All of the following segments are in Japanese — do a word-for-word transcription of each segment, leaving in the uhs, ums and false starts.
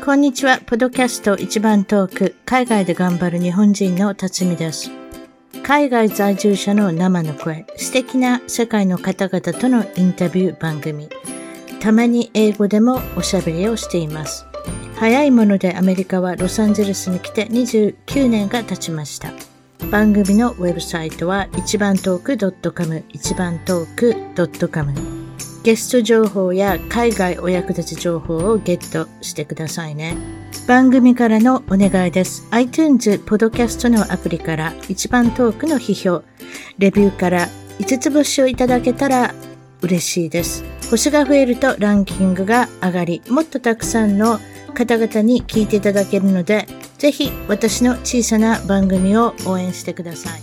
こんにちは。ポッドキャスト一番トーク、海外で頑張る日本人の辰巳です。海外在住者の生の声、素敵な世界の方々とのインタビュー番組。たまに英語でもおしゃべりをしています。早いものでアメリカはロサンゼルスに来てにじゅうきゅうねんが経ちました。番組のウェブサイトは一番トーク .com、一番トーク .com。ゲスト情報や海外お役立ち情報をゲットしてくださいね。番組からのお願いです。iTunes ポッドキャストのアプリから一番トークの批評、レビューからいつつ星をいただけたら嬉しいです。星が増えるとランキングが上がり、もっとたくさんの方々に聞いていただけるので、ぜひ私の小さな番組を応援してください。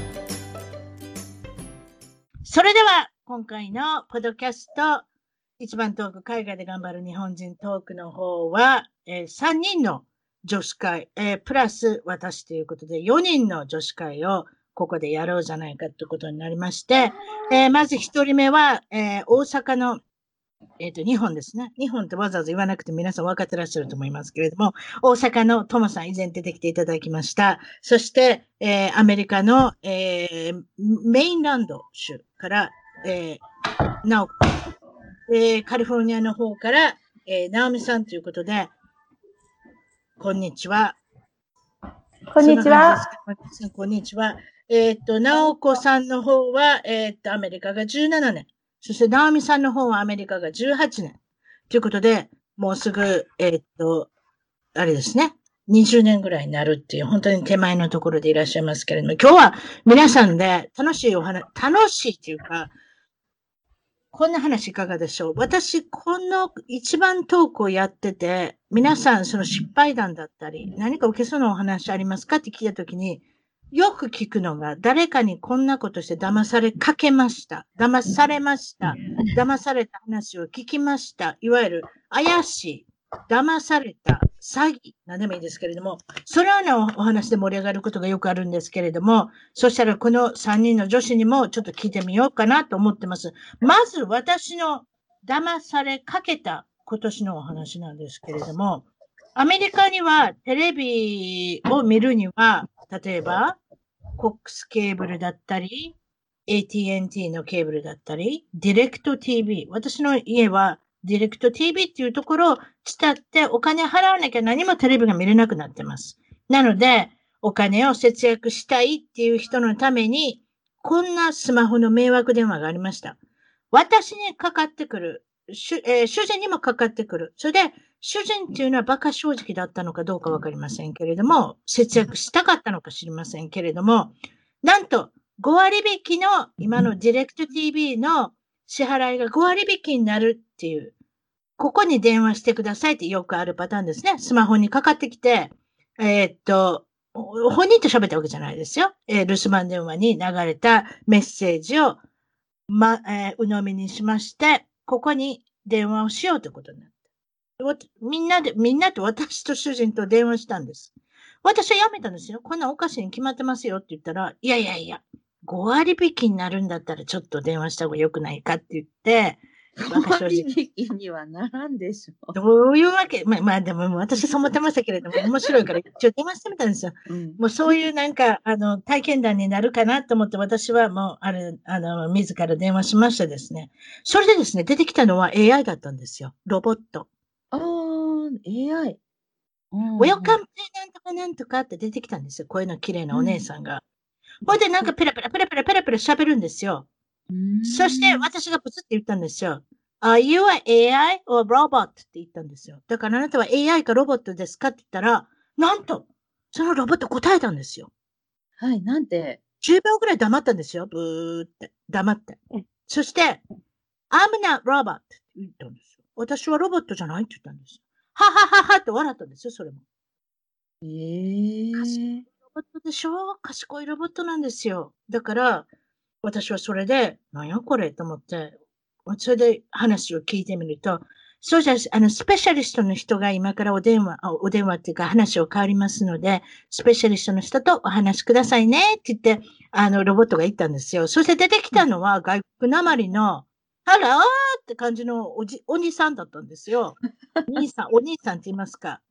それでは今回のポッドキャスト一番トーク、海外で頑張る日本人トークの方は、えー、さんにんの女子会、えー、プラス私ということでよにんの女子会をここでやろうじゃないかということになりまして、えー、まずひとりめは、えー、大阪のえっと、にほんですね。にほんってわざわざ言わなくて皆さん分かってらっしゃると思いますけれども、大阪のトモさん以前出てきていただきました。そして、えー、アメリカの、えー、メインランド州から、えー、なお、えー、カリフォルニアの方から、えー、ナオミさんということで、こんにちは。 こんにちは。 こんにちは。えっと、ナオコさんの方は、えっと、アメリカがじゅうななねん。そして、ナオミさんの方はアメリカがじゅうはちねん。ということで、もうすぐ、えっと、あれですね。にじゅうねんぐらいになるっていう、本当に手前のところでいらっしゃいますけれども、今日は皆さんで楽しいお話、楽しいっていうか、こんな話いかがでしょう。私、この一番トークをやってて、皆さんその失敗談だったり、何か受けそうなお話ありますかって聞いたときに、よく聞くのが、誰かにこんなことして騙されかけました。騙されました。騙された話を聞きました。いわゆる怪しい、騙された、詐欺、何でもいいですけれども、そのようなお話で盛り上がることがよくあるんですけれども、そしたらこのさんにんの女子にもちょっと聞いてみようかなと思ってます。まず私の騙されかけた今年のお話なんですけれども、アメリカにはテレビを見るには、例えば、コックスケーブルだったり、エーティーエヌティー のケーブルだったり、ディレクト ティーブイ。私の家はディレクト ティーブイ っていうところを伝ってお金払わなきゃ何もテレビが見れなくなってます。なので、お金を節約したいっていう人のために、こんなスマホの迷惑電話がありました。私にかかってくる。主, えー、主人にもかかってくる。それで、主人っていうのは馬鹿正直だったのかどうかわかりませんけれども、節約したかったのか知りませんけれども、なんとごわり引きの今のディレクト ティーブイ の支払いがごわり引きになるっていう、ここに電話してくださいってよくあるパターンですね。スマホにかかってきて、えー、っと、本人と喋ったわけじゃないですよ。えー、留守番電話に流れたメッセージをま、えー、鵜呑みにしまして、ここに電話をしようということになった。みんなで、みんなと私と主人と電話したんです。私はやめたんですよ。こんなおかしいに決まってますよって言ったら、いやいやいや、ごわり引きになるんだったらちょっと電話した方が良くないかって言って、 ごわり引きにはならんでしょ。 どういうわけまあ、まあでも私そう思ってましたけれども、面白いから一応電話してみたんですよ。うん、もうそういうなんか、あの、体験談になるかなと思って私はもう、あれ、あの、自ら電話しましてですね。それでですね、出てきたのは エーアイ だったんですよ。ロボット。 ああ、エーアイ。 ウェルカムなんとかなんとかって出てきたんですよ。声の綺麗なお姉さんが。ほ、うん、いでなんかペラペラペラペラペラペラ喋るんですよ。そして私がプツって言ったんですよ。Are you an エーアイ or robot? って言ったんですよ。だからあなたは エーアイ かロボットですかって言ったら、なんと、そのロボット答えたんですよ。 はい、なんでじゅうびょうぐらい黙ったんですよ。ブーって。黙って。そして、I'm not robot って言ったんですよ。私はロボットじゃないって言ったんですよ。ははははって笑ったんですよ、それも。 えー、 賢いロボットでしょ？賢いロボットなんですよ。だから、私はそれで、なんやこれと思って、それで話を聞いてみると、そうじゃ、あの、スペシャリストの人が今からお電話、お電話っていうか話を変わりますので、スペシャリストの人とお話しくださいねって言って、あの、ロボットが言ったんですよ。そして出てきたのは外国なまりの、ハローって感じのおじ、お兄さんだったんですよ。兄さん、お兄さんって言いますか。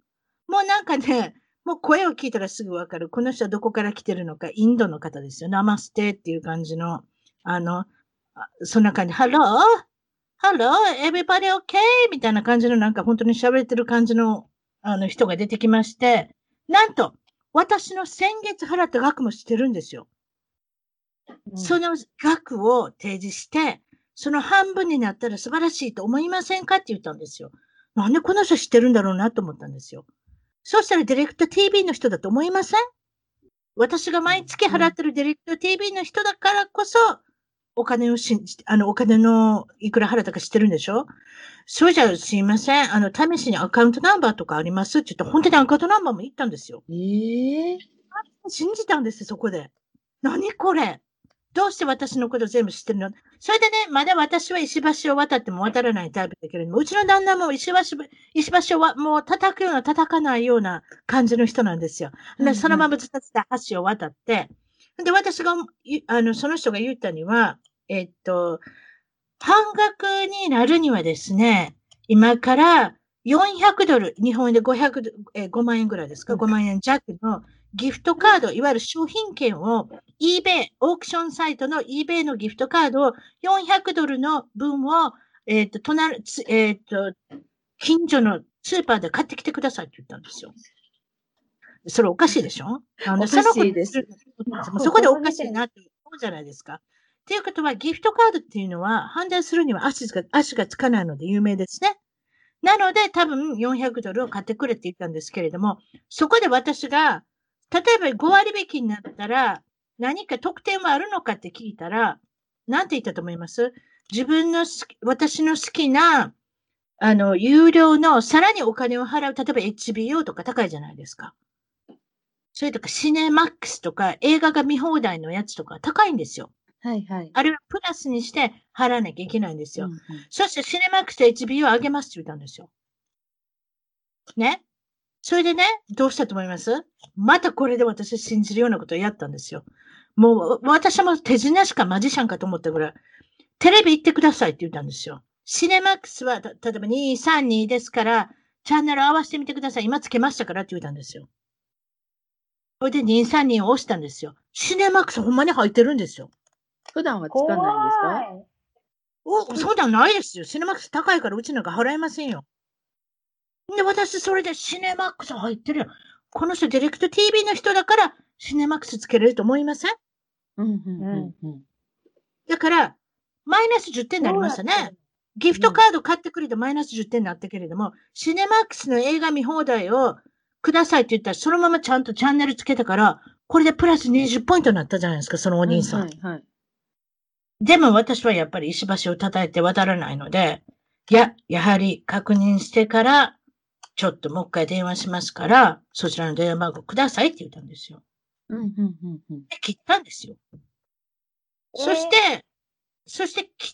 もうなんかね、もう声を聞いたらすぐわかる。この人はどこから来てるのか、インドの方ですよ。ナマステっていう感じの、あの、あそんな感じ、ハローハロー everybody okay? みたいな感じのなんか本当に喋ってる感じの、あの人が出てきまして、なんと、私の先月払った額も知ってるんですよ。 うんその額を提示して、その半分になったら素晴らしいと思いませんかって言ったんですよ。なんでこの人知ってるんだろうなと思ったんですよ。そうしたらディレクト ティーブイ の人だと思いません？私が毎月払ってるディレクト ティーブイ の人だからこそ、お金を信じて、あの、お金のいくら払ったか知ってるんでしょ？そうじゃ、すいません。あの、試しにアカウントナンバーとかありますって言ったら、本当にアカウントナンバーも言ったんですよ。 ええ信じたんですよ、そこで。何これ？どうして私のこと全部知ってるの？それでね、まだ私は石橋を渡っても渡らないタイプだけれども、うちの旦那も石橋、石橋をわもう叩くような叩かないような感じの人なんですよ。で、 はいそのままずたずた橋を渡って、で、私が、いあの、その人が言ったには、えっと、半額になるにはですね、今からよんひゃくドル、日本円でごひゃくドル、えーごまん円ぐらいですか、 うんごまん円弱のギフトカード、いわゆる商品券を eBay、オークションサイトの eBay のギフトカードをよんひゃくドルの分を、えっ、と、隣、つえっ、と、近所のスーパーで買ってきてくださいって言ったんですよ。それおかしいでしょ？あの、 おかその子しいです。 もうそこでおかしいなって思うじゃないですか。っていうことは、ギフトカードっていうのは、判断するには足が、足がつかないので有名ですね。なので、多分よんひゃくドルを買ってくれって言ったんですけれども、そこで私が、例えばご割引になったら、何か特典はあるのかって聞いたら、なんて言ったと思います？自分の好き、私の好きな、あの、有料の、さらにお金を払う、例えば エイチビーオー とか高いじゃないですか。それとかシネマックスとか映画が見放題のやつとか高いんですよ。 はいはい。 あれはプラスにして払わなきゃいけないんですよ。 うんうんそしてシネマックスと エイチビーオー を上げますって言ったんですよ。ね。それでね、どうしたと思います？またこれで私信じるようなことをやったんですよ。もう私も手品しかマジシャンかと思ったぐらい、テレビ行ってくださいって言ったんですよ。シネマックスは、た例えばにさんにですから、チャンネル合わせてみてください。今つけましたからって言ったんですよ。それでにさんにを押したんですよ。シネマックスほんまに入ってるんですよ。 普段はつかないんですか？ お、そうじゃないですよ。シネマックス高いからうちなんか払えませんよ。で、私それでシネマックス入ってるよ。この人ディレクト ティーブイ の人だからシネマックスつけれると思いません？ うんうんうんうん。 だから、マイナスじゅってんになりましたね。ギフトカード買ってくれてマイナスじゅってんになったけれども、シネマックスの映画見放題をくださいって言ったら、そのままちゃんとチャンネルつけたから、これでプラスにじゅうポイントになったじゃないですか、そのお兄さん。 はいはいはい。 でも私はやっぱり石橋を叩いて渡らないので、いや、やはり確認してから、ちょっともう一回電話しますから、そちらの電話番号くださいって言ったんですよ。 うんうんうんうん。 で、切ったんですよ。そして、そして切って、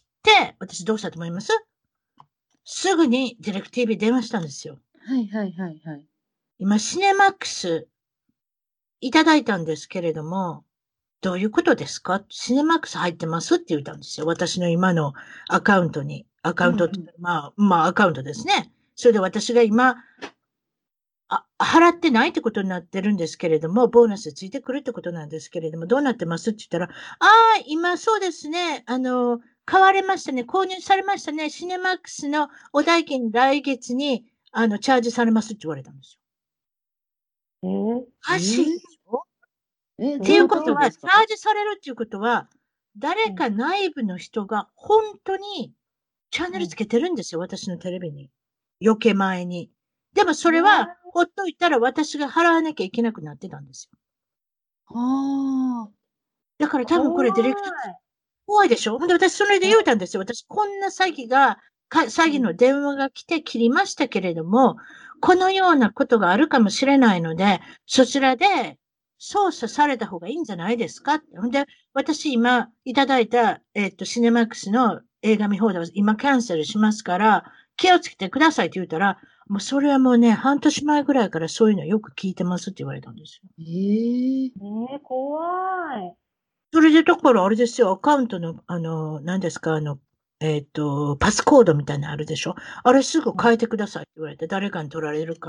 私どうしたと思います？すぐにディレクト ティーブイ 電話したんですよ。 はいはいはいはい。 今、シネマックスいただいたんですけれども、どういうことですか？シネマックス入ってますって言ったんですよ。私の今のアカウントに。アカウントって、 うんうんまあ、まあ、アカウントですね。それで私が今、あ、払ってないってことになってるんですけれども、ボーナスついてくるってことなんですけれども、どうなってますって言ったら、ああ、今そうですね、あの、買われましたね、購入されましたね、シネマックスのお代金来月に、あの、チャージされますって言われたんですよ。 えー、 おかしいでしょ？ え、 っていうことは、 どういうことですか？ チャージされるっていうことは、誰か内部の人が本当にチャンネルつけてるんですよ、私のテレビに。余計前に。でもそれは、ほっといたら私が払わなきゃいけなくなってたんですよ。 ああ。 だから多分これディレクト、怖いでしょ？ほんで私それで言うたんですよ。私こんな詐欺が、か詐欺の電話が来て切りましたけれども、このようなことがあるかもしれないので、そちらで操作された方がいいんじゃないですかって。ほんで、私今いただいた、えっと、シネマックスの映画見放題を今キャンセルしますから、気をつけてくださいって言ったら、もうそれはもうね、半年前ぐらいからそういうのよく聞いてますって言われたんですよ。 ええ。 えー、怖い。 それでだからあれですよ、アカウントの、あの、何ですか、あの、えっと、パスコードみたいなのあるでしょ？あれすぐ変えてくださいって言われて、誰かに取られるかも。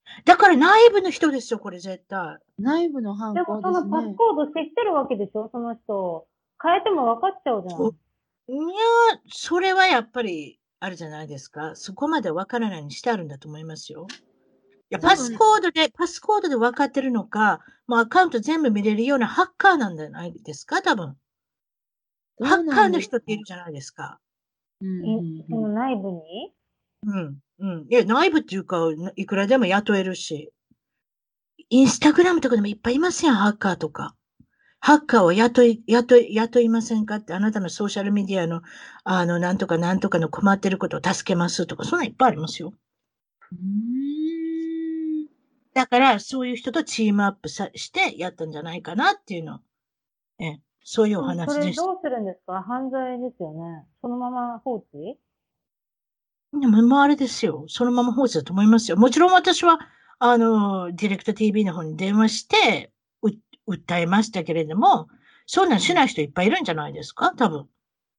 だから内部の人ですよ、これ絶対。 内部の犯でも行そのパスですね。 コード知ってるわけでしょその人。変えても分かっちゃうじゃん。 そういや、それはやっぱり、あれじゃないですか。そこまでわからないようにしてあるんだと思いますよ。いや、 多パス分、 コードで、パスコードで分かってるのか、もうアカウント全部見れるようなハッカーなんじゃないですか、多分。 どハッカーのうなんですか。 人っているじゃないですか。 うんいうんそうのん。 内部にうん、うん。いや、内部っていうか、いくらでも雇えるし。インスタグラムとかでもいっぱいいますやん、ハッカーとか。ハッカーを雇い、雇い、雇いませんかって、あなたのソーシャルメディアの、あの、なんとかなんとかの困ってることを助けますとか、そんなんいっぱいありますよ。 うーん。 だから、そういう人とチームアップさしてやったんじゃないかなっていうの。ええ、そういうおうんそ話です。 れどうするんですか犯罪ですよね。そのまま放置でも、もうあれですよ。そのまま放置だと思いますよ。もちろん私は、あの、ディレクト ティーブイ の方に電話して、う、訴えましたけれども、そんなんしない人いっぱいいるんじゃないですか多分。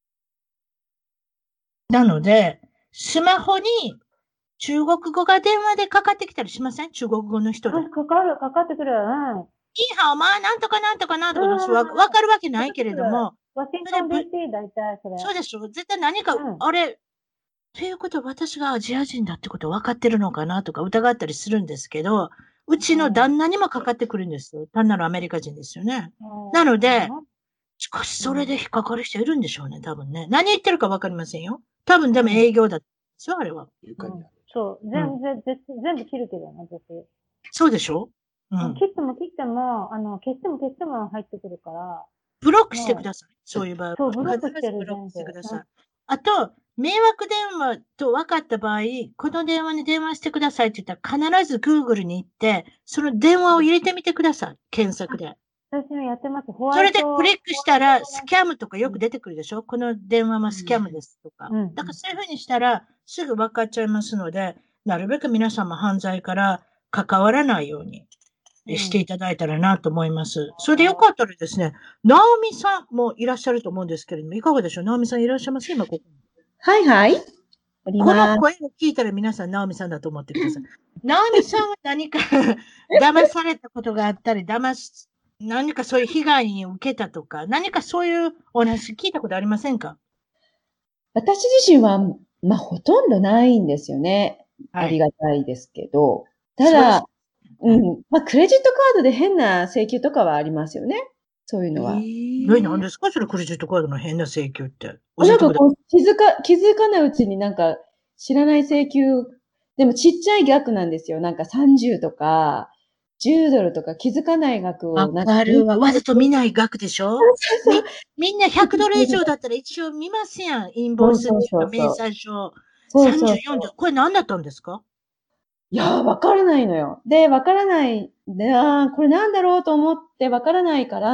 なので、スマホに中国語が電話でかかってきたりしません中国語の人か、 で。 かかる、かかってくる。うん。 いいはお前、なんとかなんとかなんとうんかの、わ、わかるわけないけれども、 ワシントンそれでぶ、 ディーシー 大体それ。 そうでしょ絶対何か、 うん。 あれ、ということは私がアジア人だってこと分かってるのかなとか疑ったりするんですけど、うちの旦那にもかかってくるんですよ。単なるアメリカ人ですよね。なので、 うんしかしそれで引っかかる人いるんでしょうね、多分ね。何言ってるか分かりませんよ。多分でもうん営業だったんですよ、あれは。 うんそう、 うん。 全然、ぜ全部切るけどね、私。 そうでしょううんん。 切っても切っても、あの、消しても消しても入ってくるから、 ブロックしてくもださい。そういう場合う、そう、 は。 ブロックしてる、 必ずブロック全部。 してください。 うんあと、迷惑電話と分かった場合、この電話に電話してくださいって言ったら、必ず Google に行って、その電話を入れてみてください。検索で。 私もやってます。ホワそれイト、ホワイでクリックしたら、ストキャムとかよく出てくるでしょこの電話はスキャムですとか。 うん。 だからそういうふうにしたら、すぐ分かっちゃいますので、なるべく皆さんも犯罪から関わらないようにうんしていただいたらなと思います。それでよかったらですね、ナオミさんもいらっしゃると思うんですけれども、いかがでしょうナオミさんいらっしゃいます今ここに。 はいはい。おりこのます。 声を聞いたら皆さんナオミさんだと思ってください。ナオミさんは何か騙されたことがあったり、騙す、何かそういう被害に受けたとか、何かそういうお話聞いたことありませんか私自身は、まあ、ほとんどないんですよね。あはい。 りがたいですけど。た素晴らしい。 だ、うん。まあ、クレジットカードで変な請求とかはありますよね。そういうのは。 え、何ですかそれクレジットカードの変な請求って。教なんえてくださかこう、気づか、気づかないうちになんか、知らない請求、でもちっちゃい額なんですよ。なんかさんじゅうとか、じゅうドルとか気づかない額い。わを、なんか、 かるわ。わざと見ない額でしょみ、 そうそうみんなひゃくドル以上だったら一応見ますやん。インボイスっそうそうていうか、明そうそう。 細書。 そうそうさんじゅうよんドル。これ何だったんですかいやー、わからないのよ。で、わからない。で、あーこれなんだろうと思ってわからないから、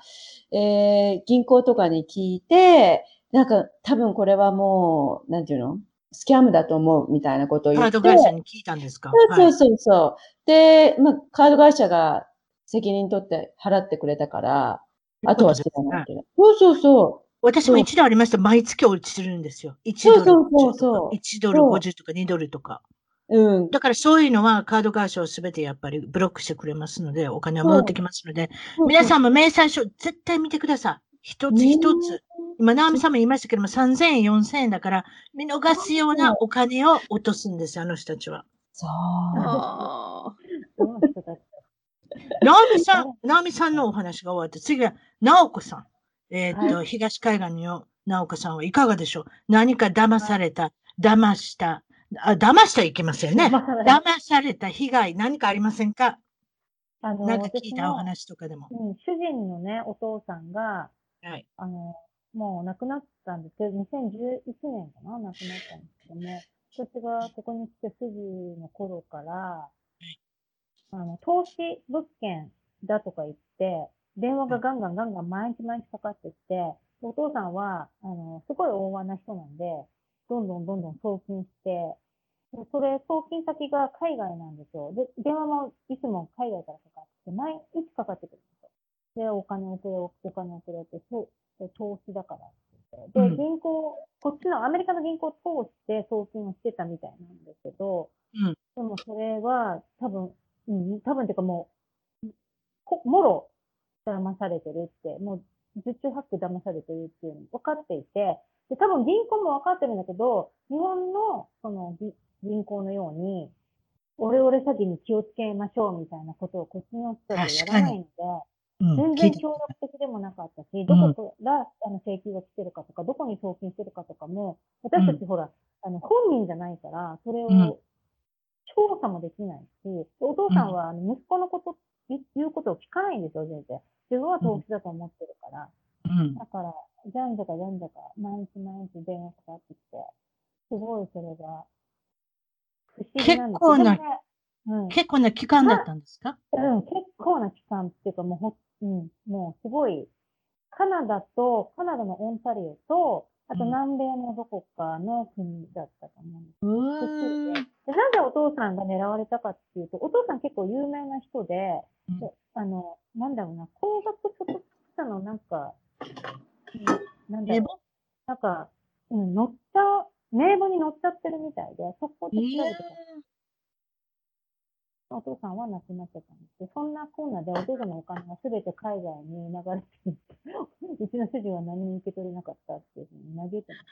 えー、銀行とかに聞いて、なんか多分これはもう、なんていうのスキャムだと思うみたいなことを言カードって、 会社に聞いたんですかはい。 そうそうそう。で、まあ、カード会社が責任取って払ってくれたから、 いうことあとは知ですね。 らないけど。そうそうそう。そう私も一度ありました。毎月落ちてるんですよ。いちドルそうそうそごじゅうとか、 うそう。 いちドルそごじゅうとかにドルとか。 う。うん。 だからそういうのはカード会社をすべてやっぱりブロックしてくれますので、お金は戻ってそう。 きますので、 そうそ皆さんも明細書絶対見てください。一う。 つね一つ。今、直美そうさんも言いましたけども、さんぜんえん、よんせんえんだから、見逃すようなお金を落とすんですよ、あの人たちは。 そう。 どの人たち直美さん、直美さんのお話が終わって、次は直子さん。えーっはいと、東海岸の直子さんはいかがでしょう何か騙された、騙した、あ、騙してはいけませんね。 騙され騙された被害、何かありませんかあの、 なんか聞私の、 いたお話とかでも。 うん、主人のね、お父さんが、 はい。 あの、もう亡くなったんですけど、にせんじゅういちねんかな、亡くなったんですけども、私がここに来てすぐの頃から、あの、投資物件だとか言って、電話がガンガンガンガン毎日毎日かかってきて、お父さんは、あの、すごい大和な人なんで、どんどんどんどん送金して、でそれ、送金先が海外なんですよ。で、電話もいつも海外からかかってきて、毎日かかってくるんですよ。で、お金送れ、お金送れって、そう、投資だからって言って。で、 うん。 銀行、こっちのアメリカの銀行を通して送金をしてたみたいなんですけど、 うん。 でもそれは多分、うん、多分っていうかもう、こもろ騙されてるって、もう十中八九騙されてるっていうの分かっていて、で、多分銀行も分かってるんだけど、日本のその銀行のように、オレオレ詐欺に気をつけましょうみたいなことをこっちの人たちはや確かに。 らないので、 うん、 全聞いた。 然協力的でもなかったし、どこからあの請求が来てるかとか、どこに送金してるかとかも、私たちほら、あの本人じゃないから、それうん、 を調査もできないし、お父うん、 さんはあの息子のこと、言うことを聞かないんですよ、全然。自分はうん、 投資だと思ってるから。 うん。 だから、じゃんじゃかじゃんじゃか、毎日毎日電話かかってきて、すごいそれが不思議結なんですけど、 構な、 でもね、うん。 結構な期間だったんですか？ うん、結構な期間っていうか、もうほ、うん、もうすごい、カナダと、カナダのオンタリオと、あとうん。 南米のどこかの国だったと思うんですうけど、複数で。 ーん。 で、なぜお父さんが狙われたかっていうと、お父さん結構有名な人で、 うん。 であの、なんだろうな、高額所得者のなんか、うん、なんだろ英語。 う、なんか、うん、乗っちゃう、名簿に乗っちゃってるみたいで、そこでいや調べてた。お父さんは亡くなってたんですけど、そんなこんなでお父さんのお金が全て海外に流れていって、うちの主人は何も受け取れなかったっていうふうに嘆いてます。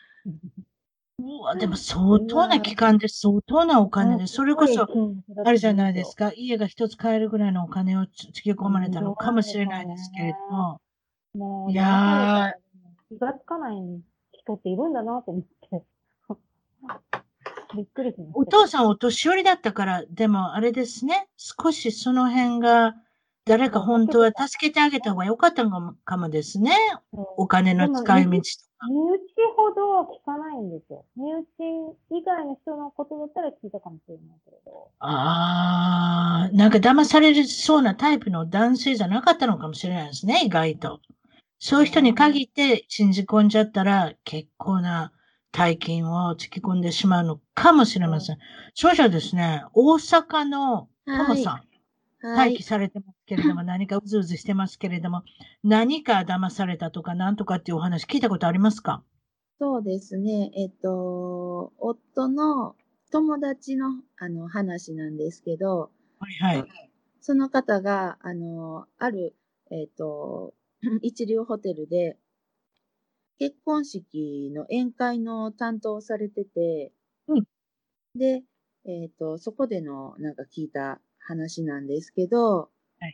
ー、うわ、でも相う当なわー、 期間で相当なお金うん、 で、 すごいそれこそ、 金額だとあれじゃ思いますよ。 ないですか。家が一つ買えるぐらいのお金をつつぎ込まれうん、 たのどうかもしれなんでしょうないですけれどね。 も。いもう騙されたやー、 ら気がつかない人っているんだなと思って、びっくりしましたけど。 お父さんお年寄りだったから、でもあれですね。少しその辺が、誰かそう、 本当は避けてたん助けてあげた方が良かったのかもかもですね。おそう。でも、 金の使い身内、 道とか。 身内ほどは聞かないんですよ。身内以外の人のことだったら聞いたかもしれないけれど。 ああ、なんか騙されるそうなタイプの男性じゃなかったのかもしれないですね、意外と。そういう人にね限って信じ込んじゃったら結構な大金を突き込んでしまうのかもしれません。そうじゃですね、大阪のともはい、 さん、 はい。 待機されてますけれども、何かうずうずしてますけれども、何か騙されたとか何とかっていうお話聞いたことありますか？ そうですね。えっと、夫の友達の、あの、話なんですけど、 はいはい。 その方が、あの、ある、えっと、一流ホテルで結婚式の宴会の担当をされてて、 うん。 で、えっと、そこでのなんか聞いた話なんですけど、 はい。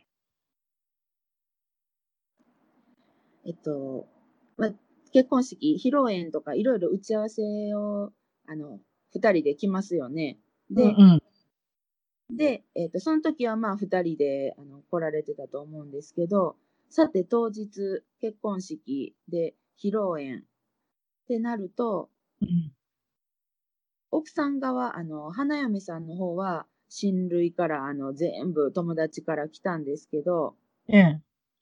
えっと、ま、結婚式、披露宴とかいろいろ打ち合わせを、あの、二人で来ますよね。で、 うんうん。 で、えっと、その時はまあ二人で、あの、来られてたと思うんですけど、さて当日、結婚式で披露宴ってなると、 うん。 奥さん側、あの、花嫁さんの方は、親類から、あの、全部友達から来たんですけど、 ええ。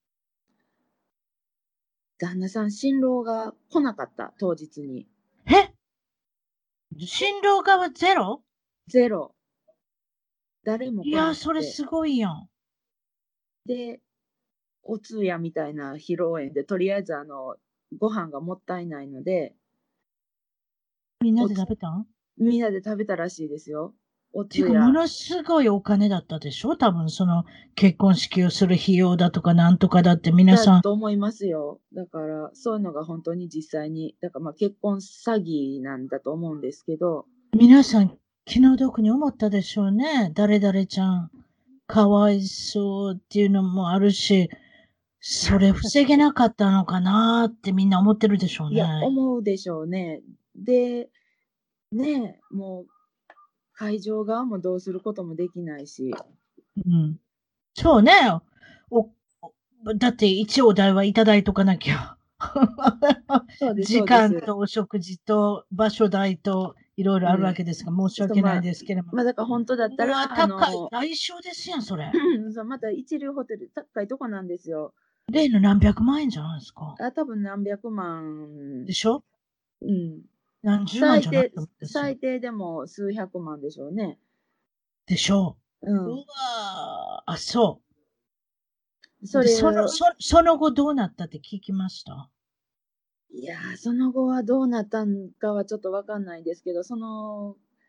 旦那さん、新郎が来なかった、当日に。 え、新郎側ゼロ？ ゼロ。誰も来いや、 なくて。 それすごいやん。 で、お通夜みたいな披露宴で、とりあえずあの、ご飯がもったいないので、 みんなでおつ食べたん？っみんなで食べたらしいですよ。おていうか、も通夜。 のすごいお金だったでしょ多分、その、結婚式をする費用だとかなんとかだって皆ださん、 と思いますよ。だから、そういうのが本当に実際に、だからまあ結婚詐欺なんだと思うんですけど、 皆さん気の毒に思ったでしょうね。誰々ちゃん、かわいそうっていうのもあるし、それ防げなかったのかなってみんな思ってるでしょういや、 ね。 思うでしょうね。で、ねえ、もう会場側もどうすることもできないし。 うん。そうね。お、おだって一応お題はいただいとかなきゃ。 そうです、 時そうです。 間とお食事と場所代といろいろあるわうん。 けですが、申しそう、 訳ないまあ、 ですけれども。 まあ、だから本当だったうわ、 ら、あ高い。 の、 代償ですやん、それ。 そう、また一流ホテル、高いとこなんですよ。 例の何百万円じゃないですか。 あ、多分何百万、 でしょ？ うん。 何十万最低、 じゃないと思うんですよ。 最低でも数百万でしょうね。 でしょう。ううん。 わ、あ、そそう。で、その、 れ、 そ、その後どうなったって聞きました？ いやー、その後はどうなったんかはちょっとわかんないんですけど、その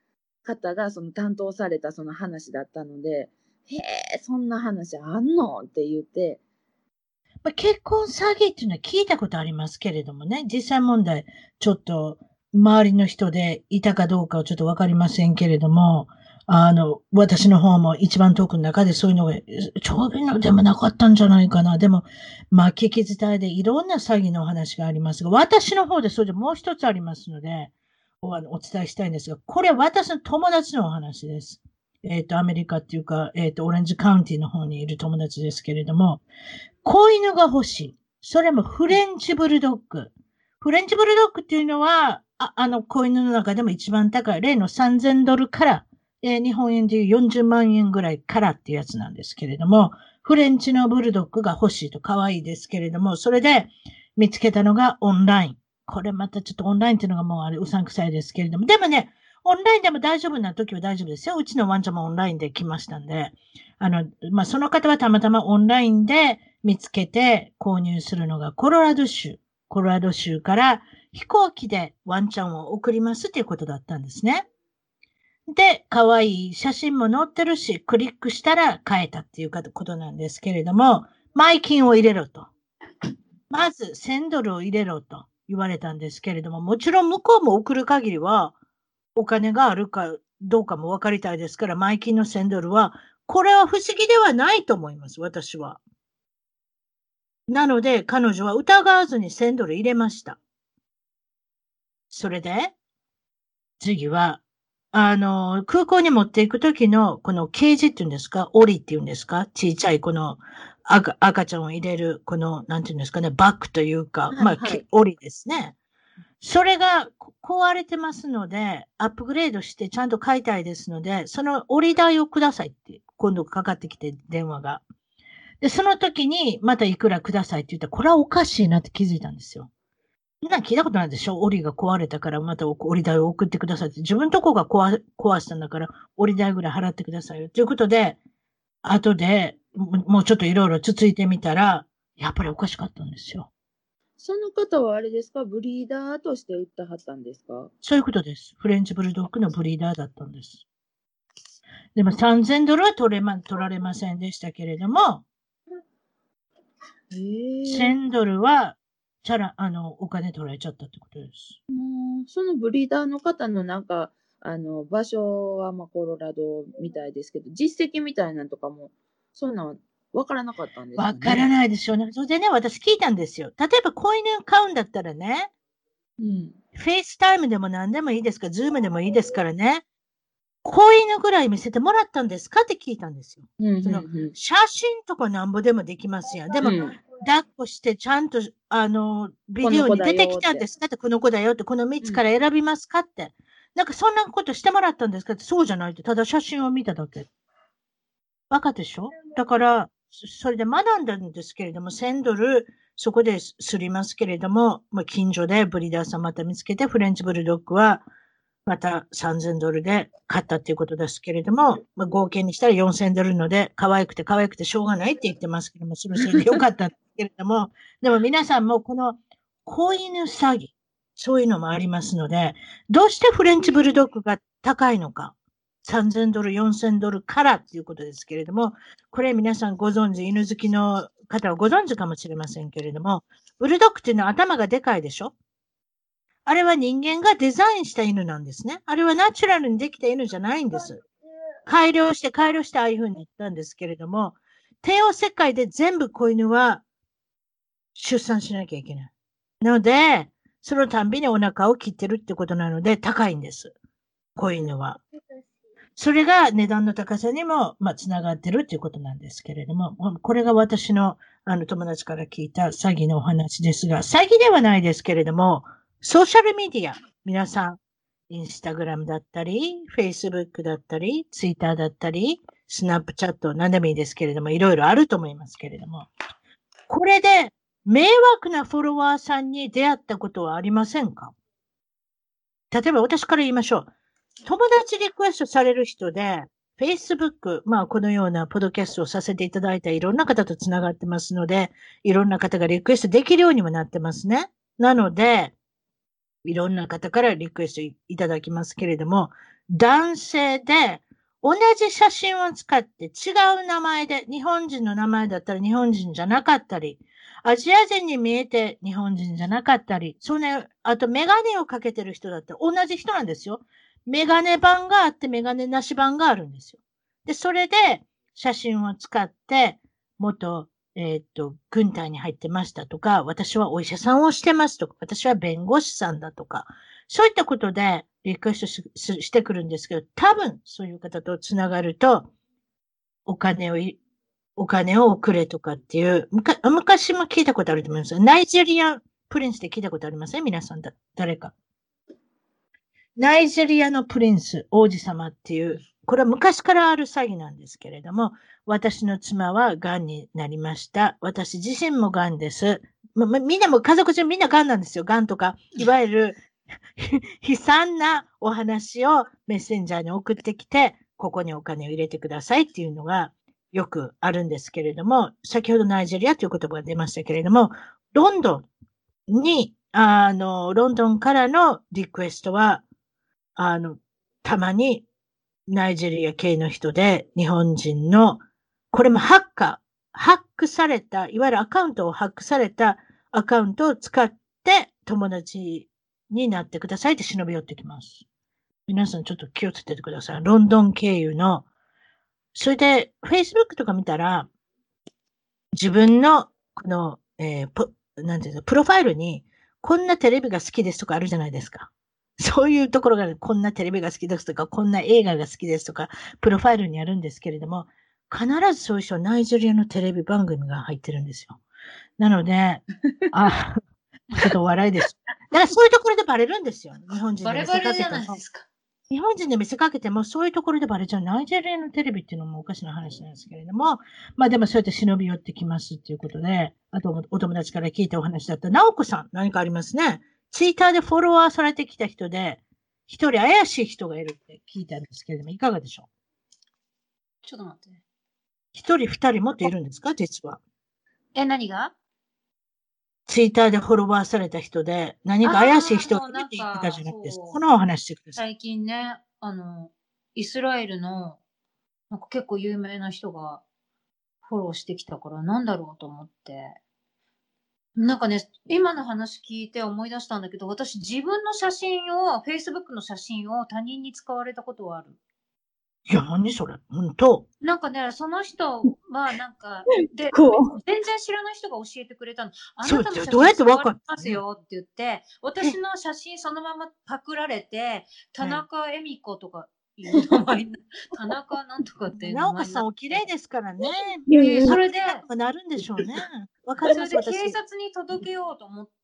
方がその担当されたその話だったので、へえ、そんな話あんのって言って、 まあ、結婚詐欺っていうのは聞いたことありますけれどもね、実際問題、ちょっと周りの人でいたかどうかはちょっとわかりませんけれども、あの、私の方も一番遠くの中でそういうのが、ちょうどいいのでもなかったんじゃないかな。でも、まあ、聞き伝えでいろんな詐欺のお話がありますが、私の方でそれでもう一つありますので、お、あのお伝えしたいんですが、これ私の友達のお話です。えっ、と、アメリカっていうか、えっ、と、オレンジカウンティの方にいる友達ですけれども、子犬が欲しい。それもフレンチブルドッグ。フレンチブルドッグっていうのは、あ、あの、子犬の中でも一番高い、例のさんぜんドルから、えー日本円でいうよんじゅうまんえんぐらいからっていうやつなんですけれども、フレンチのブルドッグが欲しいと可愛いですけれども、それで見つけたのがオンライン。これまたちょっとオンラインっていうのがもうあれうさんくさいですけれども、でもね、オンラインでも大丈夫な時は大丈夫ですよ。うちのワンちゃんもオンラインで来ましたんで、あの、まあ、その方はたまたまオンラインで見つけて購入するのがコロラド州。コロラド州から飛行機でワンちゃんを送りますっていうことだったんですね。で、可愛い写真も載ってるし、クリックしたら買えたっていうことなんですけれども、前金を入れろと。まずせんドルを入れろと言われたんですけれども、もちろん向こうも送る限りはお金があるかどうかも分かりたいですから、前金のせんドルは、これは不思議ではないと思います、私は。なので、彼女は疑わずにせんドル入れました。それで、次は、あの、空港に持っていくときの、このケージっていうんですか、檻っていうんですか、小さいこの赤赤ちゃんを入れる、この、なんていうんですかね、バッグというか、まあ、 はい檻ですね。それが壊れてますので、アップグレードしてちゃんと買いたいですので、その折り代をくださいって、今度かかってきて電話が。で、その時にまたいくらくださいって言ったら、これはおかしいなって気づいたんですよ。みんな聞いたことないでしょ？折りが壊れたからまた折り代を送ってくださいって。自分とこが壊壊したんだから折り代ぐらい払ってくださいよ。ということで、後でもうちょっといろいろつついてみたら、やっぱりおかしかったんですよ。 その方はあれですか、ブリーダーとして売ったはったんですか？ そういうことです。フレンチブルドッグのブリーダーだったんです。でもさんぜんドルは取れま、取られませんでしたけれども、 へえ。 せんドルは、チャラ、あの、お金取られちゃったってことです。 うんそのブリーダーの方のなんか、あの、場所はまあコロラドみたいですけど、実績みたいなのとかも、そんなんわからなかったんですかね。 わからないでしょうね。それでね、私聞いたんですよ。例えば、子犬買うんだったらね、 うん。 フェイスタイムでも何でもいいですか、ズームでもいいですからね、子犬ぐらい見せてもらったんですかって聞いたんですよ。 うんそのうんうん写真とかなんぼでもできますやん。でも、 うん抱っこしてちゃんと、あの、ビデオに出てきたんですかって、この子だよって、このみっつから選びますかって。なんかそんなことしてもらったんですかって、そうじゃないって、ただ写真を見ただけ。バカでしょ？だから、そそれで学んだんですけれども、せんドル、そこですりますけれども、まあ、近所でブリーダーさんまた見つけて、フレンチブルドッグは、またさんぜんドルで買ったっていうことですけれども、まあ、合計にしたらよんせんドルので、可愛くて可愛くてしょうがないって言ってますけども、それそれでよかったんですけれども、でも皆さんもこの子犬詐欺、そういうのもありますので、どうしてフレンチブルドッグが高いのか。さんぜんドル、よんせんドルからっていうことですけれども、これ皆さんご存知、犬好きの方はご存知かもしれませんけれども、ブルドッグっていうのは頭がでかいでしょ？あれは人間がデザインした犬なんですね。あれはナチュラルにできた犬じゃないんです。改良して改良してああいう風に言ったんですけれども、帝王切開で全部子犬は出産しなきゃいけない。なので、そのたんびにお腹を切ってるってことなので高いんです。子犬は。それが値段の高さにも、まあ、つながってるっていうことなんですけれども、これが私のあの友達から聞いた詐欺のお話ですが、詐欺ではないですけれども、ソーシャルメディア、皆さん、インスタグラムだったり、フェイスブックだったり、ツイッターだったり、スナップチャット、何でもいいですけれども、いろいろあると思いますけれども、これで迷惑なフォロワーさんに出会ったことはありませんか？例えば私から言いましょう。友達リクエストされる人で、Facebook、まあこのようなポッドキャストをさせていただいたいろんな方とつながってますので、いろんな方がリクエストできるようにもなってますね。なので、 いろんな方からリクエストいいただきますけれども、男性で同じ写真を使って違う名前で、日本人の名前だったら日本人じゃなかったり、アジア人に見えて日本人じゃなかったり、そうね、あとメガネをかけてる人だったら同じ人なんですよ。メガネ版があってメガネなし版があるんですよ。で、それで写真を使って、元、えーっと、軍隊に入ってましたとか、私はお医者さんをしてますとか、私は弁護士さんだとか、そういったことでリクエストしししてくるんですけど、多分そういう方とつながると、お金をい、お金を送れとかっていう、むか昔も聞いたことあると思います。ナイジェリアプリンスって聞いたことありません？皆さんだ、誰か。ナイジェリアのプリンス、王子様っていう、これは昔からある詐欺なんですけれども、私の妻は癌になりました。私自身も癌です。ま、まみんなも家族中みんな癌なんですよ。癌とか、いわゆる悲惨なお話をメッセンジャーに送ってきて、ここにお金を入れてくださいっていうのがよくあるんですけれども、先ほどナイジェリアという言葉が出ましたけれども、ロンドンに、あの、ロンドンからのリクエストは、あの、たまにナイジェリア系の人で日本人の、これもハッカー、ハックされた、いわゆるアカウントをハックされたアカウントを使って友達になってくださいって忍び寄ってきます。皆さんちょっと気をつけてください。ロンドン経由の。それで、Facebook とか見たら、自分の、この、えー、ポ、なんていうの、プロファイルに、こんなテレビが好きですとかあるじゃないですか。そういうところが、こんなテレビが好きですとか、こんな映画が好きですとか、プロファイルにあるんですけれども、必ずそういう人はナイジェリアのテレビ番組が入ってるんですよ。なので、あ、ちょっとお笑いです。だからそういうところでバレるんですよ。日本人バで見せレバレじゃかけても。 ないですか。 日本人で見せかけても、そういうところでバレちゃう。ナイジェリアのテレビっていうのもおかしな話なんですけれども、まあでもそうやって忍び寄ってきますっていうことで、あとお友達から聞いたお話だった。なおこさん、何かありますね。ツイッターでフォロワーされてきた人で、一人怪しい人がいるって聞いたんですけれども、いかがでしょう？ ちょっと待って。 一人二人もっといるんですか、実は。 え、何が？ ツイッターでフォロワーされた人で、何か怪しい人がいるって言ってたじゃないですか。このお話してください。 最近ね、あの、イスラエルの、なんか結構有名な人がフォローしてきたから、なんだろうと思って。なんかね、今の話聞いて思い出したんだけど、私自分の写真を、Facebook の写真を他人に使われたことはある。 いや、何それ？本当？ なんかね、その人はなんか、で、 こう。 全然知らない人が教えてくれたの。あそうなたの写どうやって真使われわかったますよって言って、私の写真そのままパクられて、田中恵美子とかいう名前に、田中なんとかっていう名前になって。 なおこさんお綺麗ですからね。 それで、 なるんでしょうね。わかります、 それで私。 警察に届けようと思って、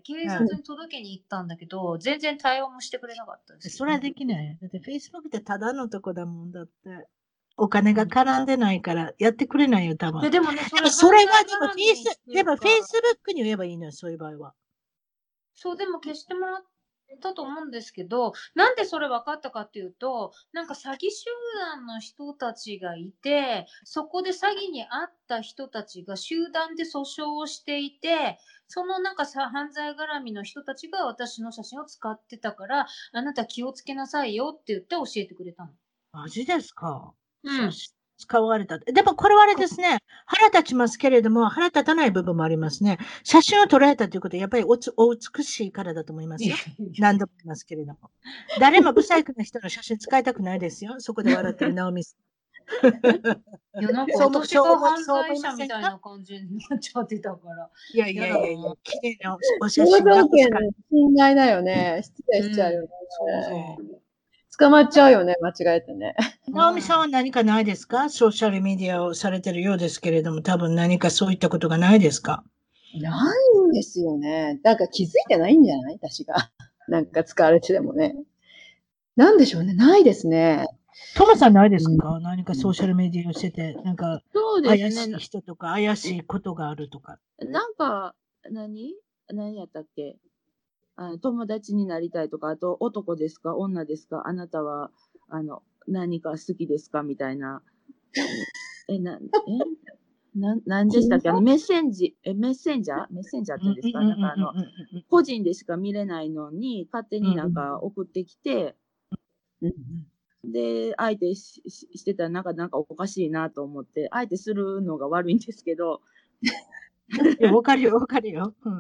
警察に届けに行ったんだけど、全然対応もしてくれなかったです。 それはできない。だって Facebook ってただのとこだもんだって。お金が絡んでないからやってくれないよ、多分。 でもね、それそれはでも犯フェイス、 罪絡みっていでもうか Facebook に言えばいいのよ、そういう場合は。 そう、でも消してもらったと思うんですけど、なんでそれ分かったかっていうと、なんか詐欺集団の人たちがいて、そこで詐欺に遭った人たちが集団で訴訟をしていて、そのなんかさ犯罪絡みの人たちが私の写真を使ってたから、あなた気をつけなさいよって言って教えてくれたの。 マジですか？ うん。 使われた。でもこれはあれですね。腹立ちますけれども、腹立たない部分もありますね。写真を撮られたということは、やっぱりおつお美しいからだと思いますよ。何度も言いますけれども。誰も不細工な人の写真使いたくないですよ。そこで笑ってるナオミさん。 いや、なんか私が犯罪者みたいな感じになっちゃってたから。 いやいやいやいや、綺麗なお写肖真が像権の侵害だよね。失礼しちゃうよね。 そうそう。 捕まっちゃうよね、間違えてね。 ナオミさんは何かないですか？ソーシャルメディアをされてるようですけれども、多分何かそういったことがないですか？ ないんですよね。なんか気づいてないんじゃない？私が。なんか使われてでもね。なんでしょうね。ないですね。 トモさんないですか？うん、何かソーシャルメディアをしてて、なんか怪しい人とか怪しいことがあるとか。 なんか、何何やったっけ？あの友達になりたいとか、あと男ですか女ですか、あなたはあの何か好きですかみたいな。え、な、えなん、なんでしたっけあの、メッセンジ、え、メッセンジャーメッセンジャーって言うんですかなんかあの、個人でしか見れないのに、勝手になんか送ってきて、で、相手しししてたらなんか、なんかおかしいなと思って、相手するのが悪いんですけど。 いや、わかるよ、わかるよ。うん。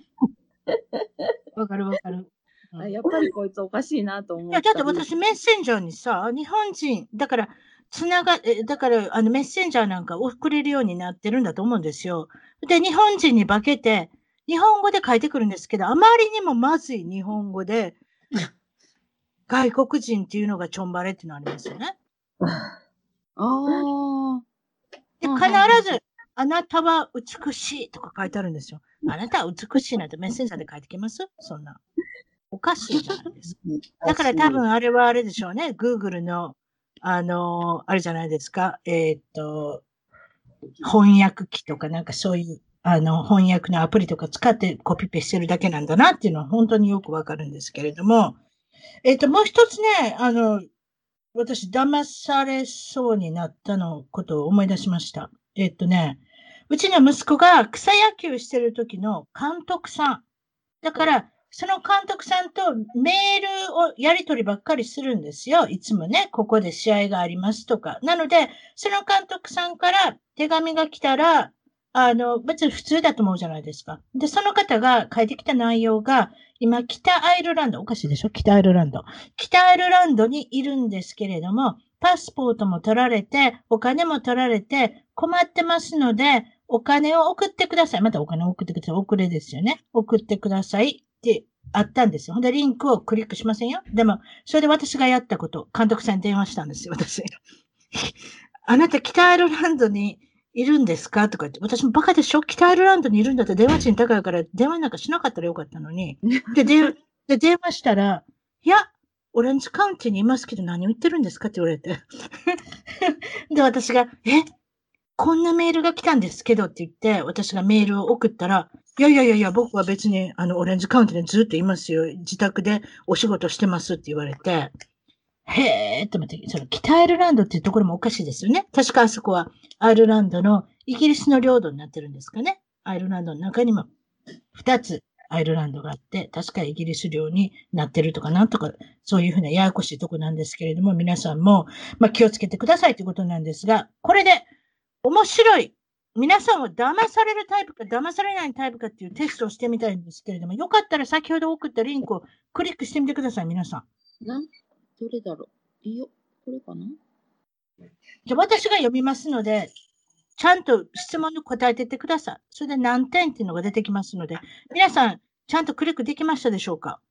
わかるわかる。 あ、やっぱりこいつおかしいなと思いや、 っただって私メッセンジャーにさ、日本人、だから、つなが、えだから、あの、メッセンジャーなんか送れるようになってるんだと思うんですよ。で、日本人に化けて、日本語で書いてくるんですけど、あまりにもまずい日本語で、外国人っていうのがちょんばれっていうのありますよね。 ああ。 で、必ず、あなたは美しいとか書いてあるんですよ。あなたは美しいなんてメッセンジャーで書いてきますそんな。おかしいじゃないですか。だから多分あれはあれでしょうね。Google の、あのー、あれじゃないですか。えー、っと、翻訳機とかなんかそういう、あの、翻訳のアプリとか使ってコピペしてるだけなんだなっていうのは本当によくわかるんですけれども、えー、っと、もう一つね、あの、私騙されそうになったのことを思い出しました。えー、っとね、うちの息子が草野球してる時の監督さん。だから、その監督さんとメールをやり取りばっかりするんですよ。いつもね、ここで試合がありますとか。なので、その監督さんから手紙が来たら、あの、別に普通だと思うじゃないですか。で、その方が書いてきた内容が、今、北アイルランド、おかしいでしょ北アイルランド。北アイルランドにいるんですけれども、パスポートも取られて、お金も取られて、困ってますので、お金を送ってください。またお金を送ってください。遅れですよね。送ってくださいってあったんですよ。ほんで、リンクをクリックしませんよ。でも、それで私がやったこと、監督さんに電話したんですよ、私。あなた、北アイルランドにいるんですかとか言って、私もバカでしょ北アイルランドにいるんだって電話賃高いから、電話なんかしなかったらよかったのに。で、で、で電話したら、いや、オレンジカウンティにいますけど何を言ってるんですかって言われて。で、私が、えこんなメールが来たんですけどって言って、私がメールを送ったら、いやいやいやいや、僕は別に、あの、オレンジカウンティにずっといますよ。自宅でお仕事してますって言われて、へーって思って、その北アイルランドっていうところもおかしいですよね。確かあそこはアイルランドのイギリスの領土になってるんですかね。アイルランドの中にも二つアイルランドがあって、確かイギリス領になってるとかなんとか、そういうふうなややこしいとこなんですけれども、皆さんも、まあ、気をつけてくださいということなんですが、これで面白い。皆さんは騙されるタイプか騙されないタイプかっていうテストをしてみたいんですけれども、よかったら先ほど送ったリンクをクリックしてみてください、皆さん。 などれだろういいよ。これかなじゃあ私が読みますので、ちゃんと質問に答えていってください。それで何点っていうのが出てきますので、皆さん、ちゃんとクリックできましたでしょうか？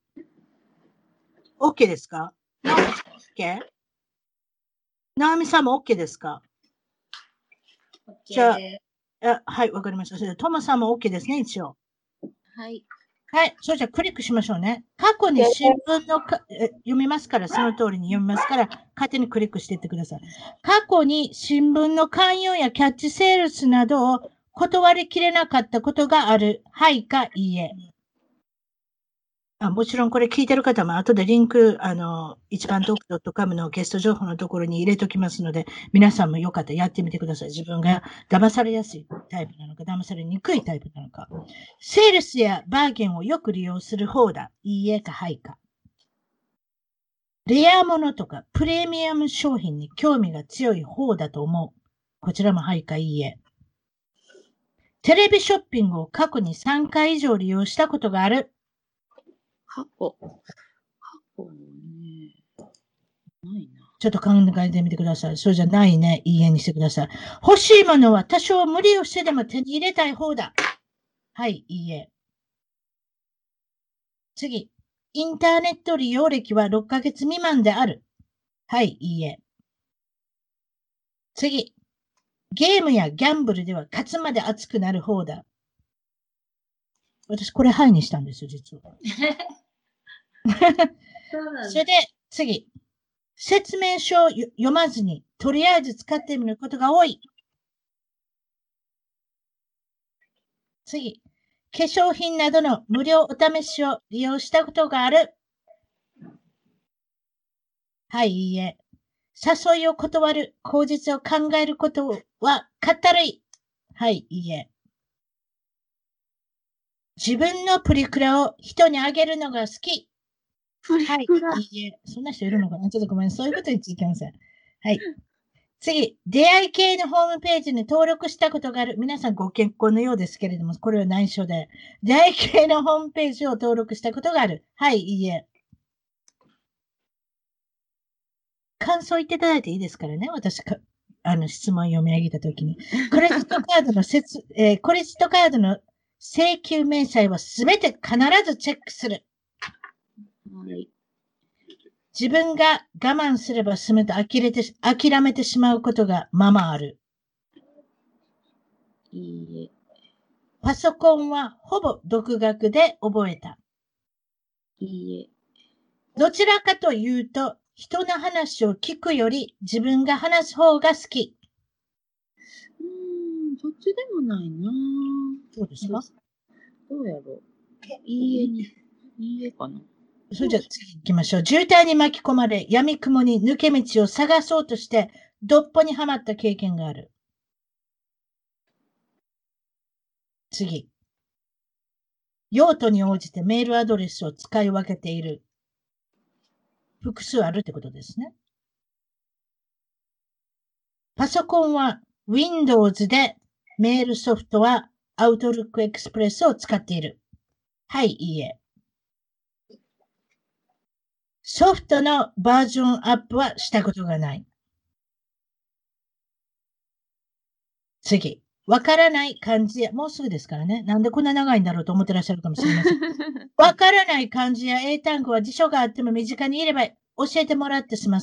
OK ですか？ OK？ ナオミさんも OK ですか？ OK じゃあであ、はい、わかりました。それでトモさんも OK ですね、一応。 はい。 はい。それじゃあクリックしましょうね。過去に新聞のかえ読みますから、その通りに読みますから、勝手にクリックしていってください。過去に新聞の勧誘やキャッチセールスなどを断りきれなかったことがある。はいかいいえ。あもちろんこれ聞いてる方も後でリンク、あの、一番トークドットコムのゲスト情報のところに入れときますので、皆さんもよかったらやってみてください。自分が騙されやすいタイプなのか、騙されにくいタイプなのか。セールスやバーゲンをよく利用する方だ。いいえかはいか。レアものとかプレミアム商品に興味が強い方だと思う。こちらもはいかいいえ。テレビショッピングを過去にさんかい以上利用したことがある。 過去。過去ね。ないな。 ちょっと考えてみてください。そうじゃないね。いいえにしてください。欲しいものは多少無理をしてでも手に入れたい方だ。はい、いいえ。次。インターネット利用歴はろっかげつ未満である。はい、いいえ。次。ゲームやギャンブルでは勝つまで熱くなる方だ。私、これはいにしたんですよ、実は。 そうなんそれで、次。説明書を読まずに、とりあえず使ってみることが多い。次。化粧品などの無料お試しを利用したことがある。はい、いいえ。誘いを断る口実を考えることはかったるい。 はい、いいえ。自分のプリクラを人にあげるのが好き。 プリはい、 クラ。 いいえ。そんな人いるのかなちょっとごめん。そういうこと言っちゃいけません。はい。次、出会い系のホームページに登録したことがある。皆さんご結婚のようですけれども、これは内緒で。出会い系のホームページを登録したことがある。はい、いいえ。感想言っていただいていいですからね。私か、あの、質問読み上げたときに。クレジットカードの説、えークレジットカードの請求明細はすべて必ずチェックする。 はい。 自分が我慢すれば済むと呆れて、諦めてしまうことがままある。 いいえ。 パソコンはほぼ独学で覚えた。 いいえ。 どちらかというと、人の話を聞くより自分が話す方が好き。 うーん、どっちでもないなぁ。 どうですか？ どうやろう。いいえに、いいえかな。 それじゃあ次行きましょう。渋滞に巻き込まれ、闇雲に抜け道を探そうとして、どっぽにはまった経験がある。次。用途に応じてメールアドレスを使い分けている。複数あるってことですね。パソコンは Windows で、メールソフトは Outlook Express を使っている。はい、いいえ。ソフトのバージョンアップはしたことがない。次。わからない漢字や、もうすぐですからね。なんでこんな長いんだろうと思ってらっしゃるかもしれません。わからない漢字や英単語は辞書があっても身近にいれば教えてもらってします。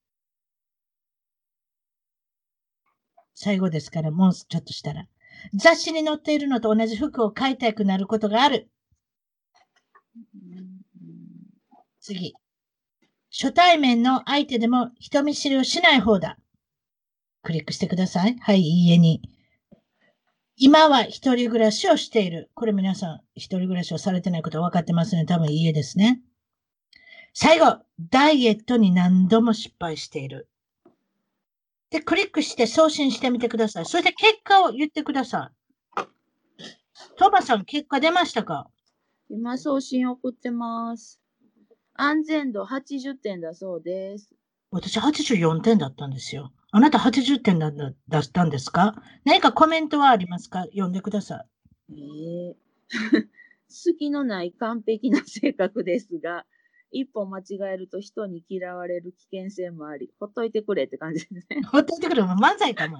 最後ですから、もうちょっとしたら。雑誌に載っているのと同じ服を買いたくなることがある。次。初対面の相手でも人見知りをしない方だ。クリックしてください。はい、いいえに。今は一人暮らしをしている。これ皆さん、一人暮らしをされてないことは分かってますね。多分いいえですね。最後、ダイエットに何度も失敗している。で、クリックして送信してみてください。そして結果を言ってください。トマさん、結果出ましたか？ 今送信送ってます。安全度はちじゅってんだそうです。 私はちじゅうよんてんだったんですよ。あなたはちじゅってんだ出したんですか？何かコメントはありますか？読んでください。 えー、隙のない完璧な性格ですが、一歩間違えると人に嫌われる危険性もあり、ほっといてくれって感じですね。 ほっといてくれ、漫才かも。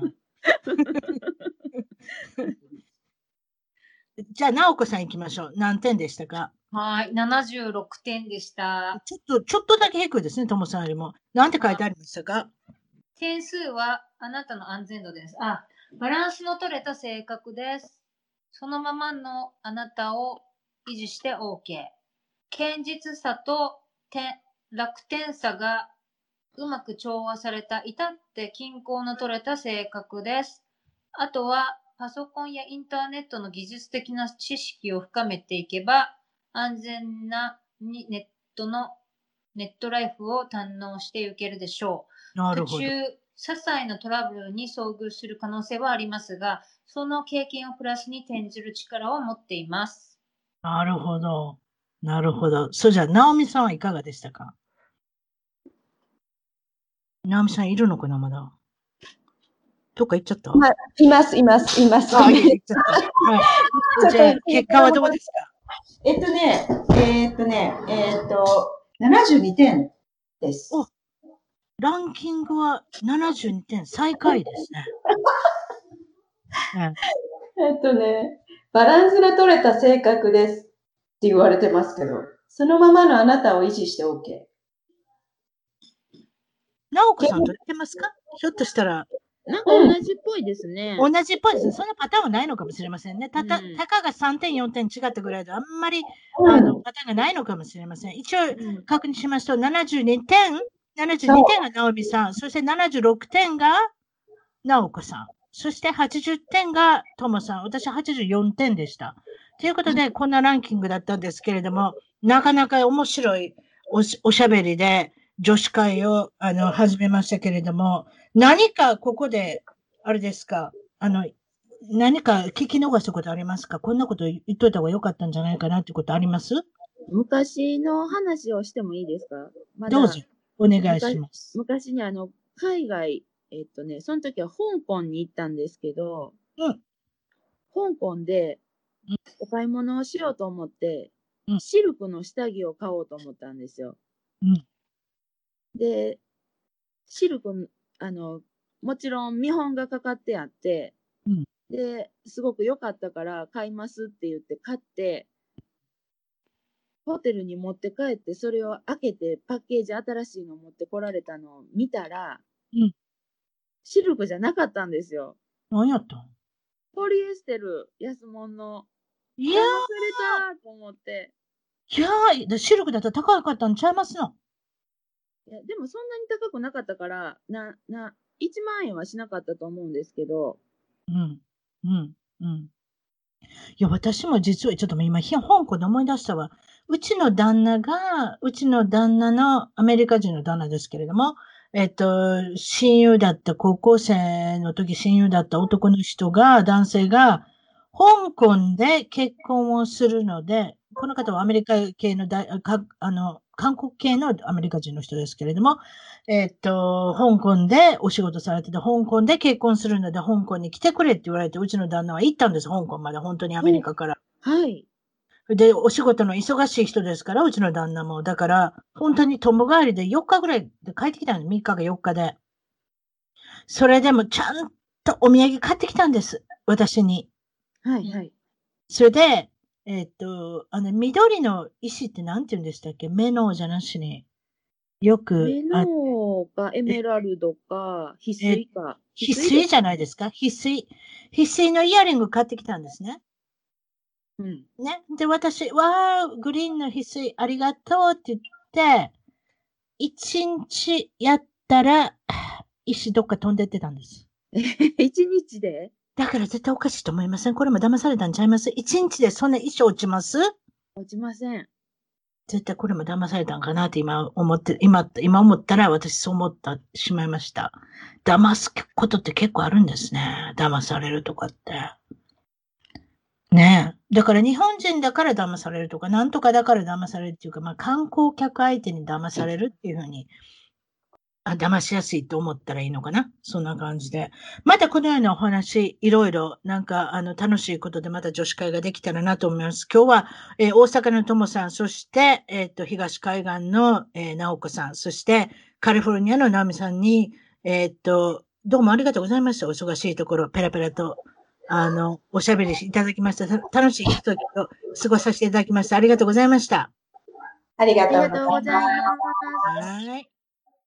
じゃあ、直子さん行きましょう。何点でしたか？ はい、ななじゅうろくてんでした。 ちょっと、ちょっとだけ低いですね、ともさんよりも。なんて書いてありましたか？ 点数はあなたの安全度です。あ、バランスの取れた性格です。そのままのあなたを維持して OK。堅実さと楽天さがうまく調和された至って均衡の取れた性格です。あとはパソコンやインターネットの技術的な知識を深めていけば安全なネットのネットライフを堪能していけるでしょう。 なるほど。 途中、些細なトラブルに遭遇する可能性はありますが、その経験をプラスに転じる力を持っています。 なるほど。なるほど。それじゃあ、直美さんはいかがでしたか？直美さんいるのかな、まだ。どっか行っちゃった？ まあ、います、います、います。 あ、行っちゃった。はい。じゃあ、結果はどうですか？ えっとね、えーっとね、えーっと、ななじゅうにてんです。 お、ランキングはななじゅうにてん、最下位ですね。うん、 えっとね、バランスの取れた性格ですって言われてますけど、そのままのあなたを維持して OK。 直子さんと似てますか？ひょっとしたら。 なんか同じっぽいですね。 同じっぽいですね。そんなパターンはないのかもしれませんね。たた、 うんたかがさんてん、よんてん違ったぐらいで、あんまり、 うんあの、パターンがないのかもしれません。一応、 うん確認しますと、ななじゅうにてん、ななじゅうにてんが直美さん、そしてななじゅうろくてんが直子さん、そしてはちじゅってんがともさん、私はちじゅうよんてんでした。ということで、こんなランキングだったんですけれども、なかなか面白いおしおしゃべりで、女子会を、あの、始めましたけれども、何かここで、あれですか、あの、 何か聞き逃したことありますか？こんなこと言っといた方が良かったんじゃないかなってことあります？ 昔の話をしてもいいですか？まどうぞだ、 お願いし昔ます。 昔にあの、海外、えっとね、その時は香港に行ったんですけど、 うん。 香港でうんお買い物をしようと思ってう、んシルクの下着を買おうと思ったんですよ。 うん。 で、シルク、あの、もちろん見本がかかってあって、 うんで、すごく良かったから買いますって言って買って、ホテルに持って帰って、それを開けてパッケージ新しいの持ってこられたのを見たら、 うん。 シルクじゃなかったんですよ。 何やったん？ ポリエステル、安物の。 いや騙されたと思って。 ー、いやー、でシルクだったら高かったんちゃいますの？ いやでもそんなに高くなかったから、な、な、いちまん円はしなかったと思うんですけど、 うん。うん。うん。いや、私も実は、ちょっと今、ひ香港で思い出したわ。うちの旦那が、うちの旦那の、アメリカ人の旦那ですけれども、えっと、親友だった、高校生の時親友だった男の人が、男性が、香港で結婚をするので、この方はアメリカ系のだ、かあの、韓国系のアメリカ人の人ですけれども、えっと、香港でお仕事されてて、香港で結婚するので、香港に来てくれって言われて、うちの旦那は行ったんです、香港まで、本当にアメリカから。 はい。 で、お仕事の忙しい人ですから、うちの旦那も。だから、本当に友帰りでよっかぐらいで帰ってきたんです。みっかかよっかで。それでもちゃんとお土産買ってきたんです。私に。 はい、はい。 それで、えっと、あの、緑の石ってなんて言うんでしたっけ？メノウじゃなしに。よくメあ、 ノーかエメラルドか、翡え、 翠か。 翡翠じゃないい。 ですか？翡翠。翡翠のイヤリング買ってきたんですね。 うん。 ね。で、私、わー、グリーンの翡翠ありがとうって言って、一日やったら、石どっか飛んでってたんです。 一日でだから絶対おかしいと思いません？これも騙されたんちゃいます？一日でそんな石落ちます？ 落ちません。 絶対これも騙されたんかなって今思って、今、今思ったら私そう思ったしまいました。騙すことって結構あるんですね。騙されるとかって。ねえ。だから日本人だから騙されるとか、なんとかだから騙されるっていうか、まあ観光客相手に騙されるっていうふうに、あ、騙しやすいと思ったらいいのかな？そんな感じで。またこのようなお話、いろいろ、なんか、あの、楽しいことでまた女子会ができたらなと思います。今日は、えー大阪のともさん、そして、えっと、東海岸の、えー、直子さん、そして、カリフォルニアの直美さんに、えっと、どうもありがとうございました。お忙しいところ、ペラペラと、あの、おしゃべりいただきました。た楽しいひとときを過ごさせていただきました。ありがとうございました。 ありがありとうございますがとうございます。 はい。